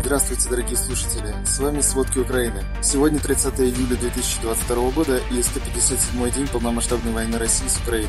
Здравствуйте, дорогие слушатели! С вами «Сводки Украины». Сегодня 30 июля 2022 года и 157-й день полномасштабной войны России с Украиной.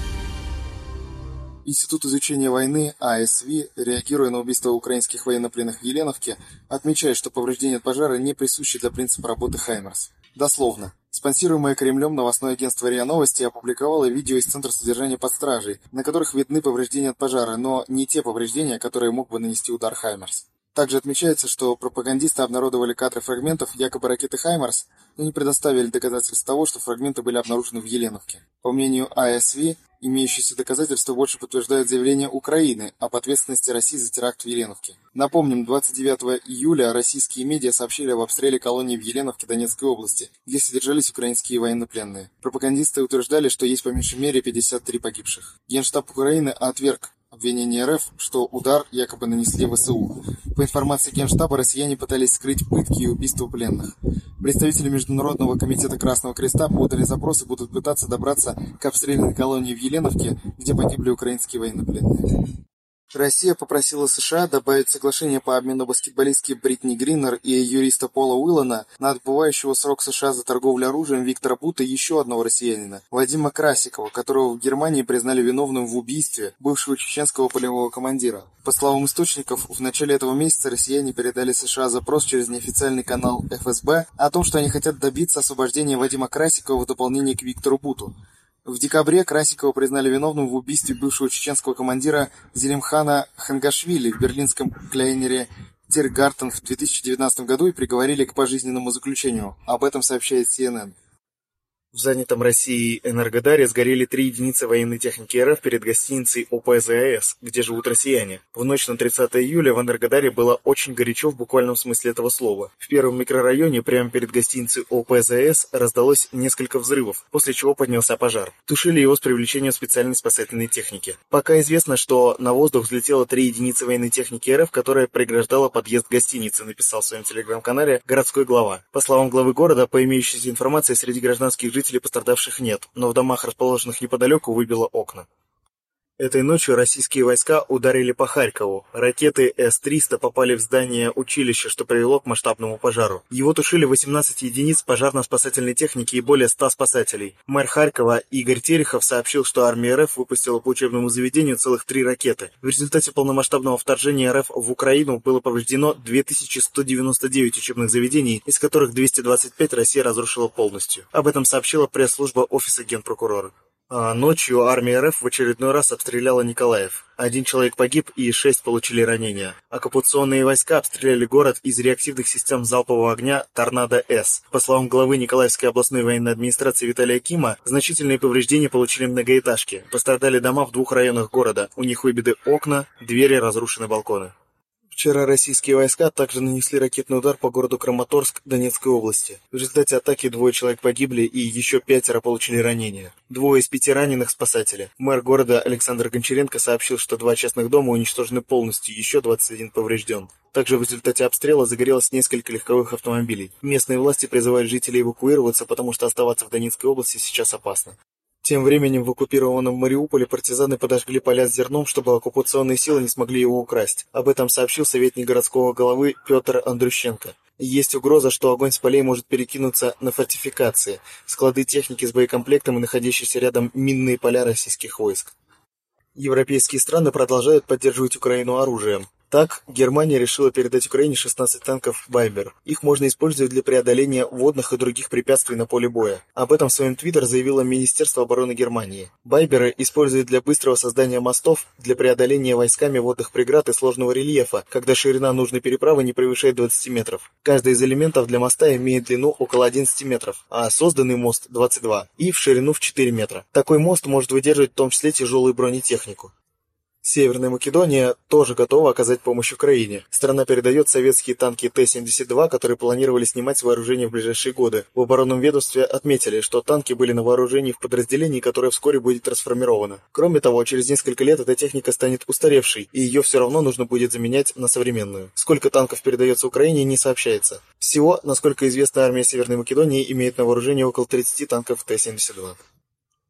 Институт изучения войны АСВ, реагируя на убийство украинских военнопленных в Еленовке, отмечает, что повреждения от пожара не присущи для принципа работы «Хаймерс». Дословно. Спонсируемое Кремлем новостное агентство РИА Новости опубликовало видео из Центра содержания под стражей, на которых видны повреждения от пожара, но не те повреждения, которые мог бы нанести удар «Хаймерс». Также отмечается, что пропагандисты обнародовали кадры фрагментов якобы ракеты «Хаймерс», но не предоставили доказательств того, что фрагменты были обнаружены в Еленовке. По мнению АСВ, имеющиеся доказательства больше подтверждают заявление Украины об ответственности России за теракт в Еленовке. Напомним, 29 июля российские медиа сообщили об обстреле колонии в Еленовке Донецкой области, где содержались украинские военнопленные. Пропагандисты утверждали, что есть по меньшей мере 53 погибших. Генштаб Украины отверг обвинение РФ, что удар якобы нанесли ВСУ. По информации Генштаба, россияне пытались скрыть пытки и убийства пленных. Представители Международного комитета Красного Креста подали запрос и будут пытаться добраться к обстрелянной колонии в Еленовке, где погибли украинские военнопленные. Россия попросила США добавить соглашение по обмену баскетболистки Бритни Гринер и юриста Пола Уиллана на отбывающего срок США за торговлю оружием Виктора Бута еще одного россиянина, Вадима Красикова, которого в Германии признали виновным в убийстве бывшего чеченского полевого командира. По словам источников, в начале этого месяца россияне передали США запрос через неофициальный канал ФСБ о том, что они хотят добиться освобождения Вадима Красикова в дополнение к Виктору Буту. В декабре Красикова признали виновным в убийстве бывшего чеченского командира Зелимхана Хангашвили в берлинском клейнере Тиргартен в 2019 году и приговорили к пожизненному заключению. Об этом сообщает CNN. В занятом Россией Энергодаре сгорели 3 единицы военной техники РФ перед гостиницей ОПЗАЭС, где живут россияне. В ночь на 30 июля в Энергодаре было очень горячо в буквальном смысле этого слова. В первом микрорайоне, прямо перед гостиницей ОПЗАЭС, раздалось несколько взрывов, после чего поднялся пожар. Тушили его с привлечением специальной спасательной техники. Пока известно, что на воздух взлетело 3 единицы военной техники РФ, которая преграждала подъезд гостиницы, написал в своем телеграм-канале городской глава. По словам главы города, по имеющейся информации, среди гражданских жителей пострадавших нет, но в домах, расположенных неподалеку, выбило окна. Этой ночью российские войска ударили по Харькову. Ракеты С-300 попали в здание училища, что привело к масштабному пожару. Его тушили 18 единиц пожарно-спасательной техники и более 100 спасателей. Мэр Харькова Игорь Терехов сообщил, что армия РФ выпустила по учебному заведению целых 3 ракеты. В результате полномасштабного вторжения РФ в Украину было повреждено 2199 учебных заведений, из которых 225 Россия разрушила полностью. Об этом сообщила пресс-служба Офиса Генпрокурора. А ночью армия РФ в очередной раз обстреляла Николаев. 1 человек погиб и 6 получили ранения. Оккупационные войска обстреляли город из реактивных систем залпового огня «Торнадо-С». По словам главы Николаевской областной военной администрации Виталия Кима, значительные повреждения получили многоэтажки. Пострадали дома в 2 районах города. У них выбиты окна, двери, разрушены балконы. Вчера российские войска также нанесли ракетный удар по городу Краматорск Донецкой области. В результате атаки 2 человек погибли и еще 5 получили ранения. 2 из 5 раненых спасатели. Мэр города Александр Гончаренко сообщил, что 2 частных дома уничтожены полностью, еще 21 поврежден. Также в результате обстрела загорелось несколько легковых автомобилей. Местные власти призывают жителей эвакуироваться, потому что оставаться в Донецкой области сейчас опасно. Тем временем в оккупированном Мариуполе партизаны подожгли поля с зерном, чтобы оккупационные силы не смогли его украсть. Об этом сообщил советник городского головы Петр Андрющенко. Есть угроза, что огонь с полей может перекинуться на фортификации, склады техники с боекомплектом и находящиеся рядом минные поля российских войск. Европейские страны продолжают поддерживать Украину оружием. Так, Германия решила передать Украине 16 танков «Байбер». Их можно использовать для преодоления водных и других препятствий на поле боя. Об этом в своем твиттер заявило Министерство обороны Германии. «Байберы» используют для быстрого создания мостов, для преодоления войсками водных преград и сложного рельефа, когда ширина нужной переправы не превышает 20 метров. Каждый из элементов для моста имеет длину около 11 метров, а созданный мост 22, и в ширину в 4 метра. Такой мост может выдерживать в том числе тяжелую бронетехнику. Северная Македония тоже готова оказать помощь Украине. Страна передает советские танки Т-72, которые планировали снимать с вооружения в ближайшие годы. В оборонном ведомстве отметили, что танки были на вооружении в подразделении, которое вскоре будет трансформировано. Кроме того, через несколько лет эта техника станет устаревшей, и ее все равно нужно будет заменять на современную. Сколько танков передается Украине, не сообщается. Всего, насколько известно, армия Северной Македонии имеет на вооружении около 30 танков Т-72.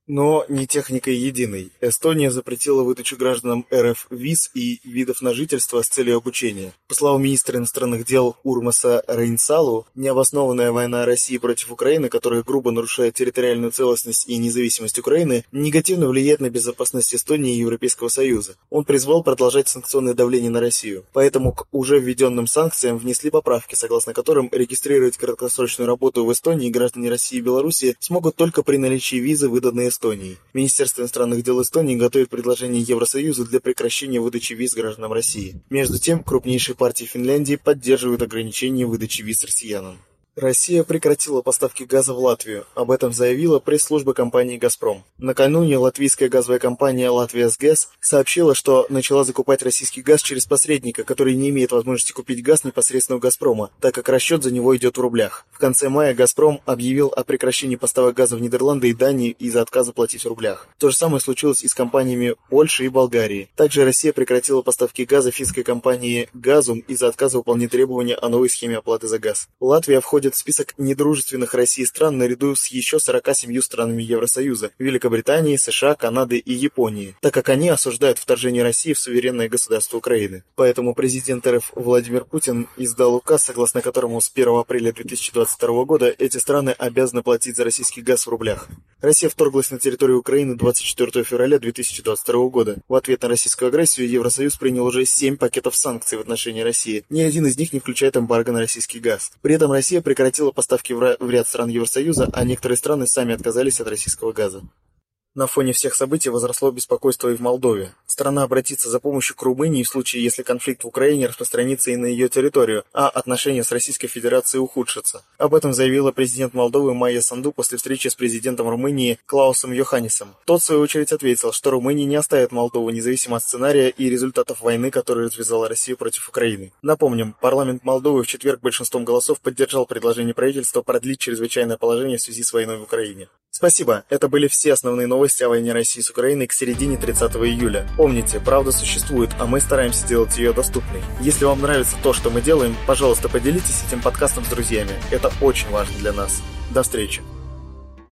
Но не техникой единой. Эстония запретила выдачу гражданам РФ виз и видов на жительство с целью обучения. По словам министра иностранных дел Урмаса Рейнсалу, необоснованная война России против Украины, которая грубо нарушает территориальную целостность и независимость Украины, негативно влияет на безопасность Эстонии и Европейского Союза. Он призвал продолжать санкционное давление на Россию. Поэтому к уже введенным санкциям внесли поправки, согласно которым регистрировать краткосрочную работу в Эстонии граждане России и Беларуси смогут только при наличии визы, выданной Эстонии. Министерство иностранных дел Эстонии готовит предложение Евросоюзу для прекращения выдачи виз гражданам России. Между тем, крупнейшие партии Финляндии поддерживают ограничение выдачи виз россиянам. Россия прекратила поставки газа в Латвию. Об этом заявила пресс-служба компании «Газпром». Накануне латвийская газовая компания «Латвиясгэс» сообщила, что начала закупать российский газ через посредника, который не имеет возможности купить газ непосредственно у «Газпрома», так как расчет за него идет в рублях. В конце мая «Газпром» объявил о прекращении поставок газа в Нидерланды и Дании из-за отказа платить в рублях. То же самое случилось и с компаниями Польши и Болгарии. Также Россия прекратила поставки газа финской компании «Газум» из-за отказа выполнять требования о новой схеме оплаты за газ. Латвия входит в список недружественных России стран наряду с еще 47 странами Евросоюза – Великобритании, США, Канады и Японии, так как они осуждают вторжение России в суверенное государство Украины. Поэтому президент РФ Владимир Путин издал указ, согласно которому с 1 апреля 2022 года эти страны обязаны платить за российский газ в рублях. Россия вторглась на территорию Украины 24 февраля 2022 года. В ответ на российскую агрессию Евросоюз принял уже 7 пакетов санкций в отношении России. Ни один из них не включает эмбарго на российский газ. При этом Россия прекратила поставки в ряд стран Евросоюза, а некоторые страны сами отказались от российского газа. На фоне всех событий возросло беспокойство и в Молдове. Страна обратится за помощью к Румынии в случае, если конфликт в Украине распространится и на ее территорию, а отношения с Российской Федерацией ухудшатся. Об этом заявила президент Молдовы Майя Санду после встречи с президентом Румынии Клаусом Йоханнисом. Тот, в свою очередь, ответил, что Румыния не оставит Молдову независимо от сценария и результатов войны, которую развязала Россия против Украины. Напомним, парламент Молдовы в четверг большинством голосов поддержал предложение правительства продлить чрезвычайное положение в связи с войной в Украине. Спасибо, это были все основные новости о войне России с Украиной к середине 30 июля. Помните, правда существует, а мы стараемся делать ее доступной. Если вам нравится то, что мы делаем, пожалуйста, поделитесь этим подкастом с друзьями. Это очень важно для нас. До встречи.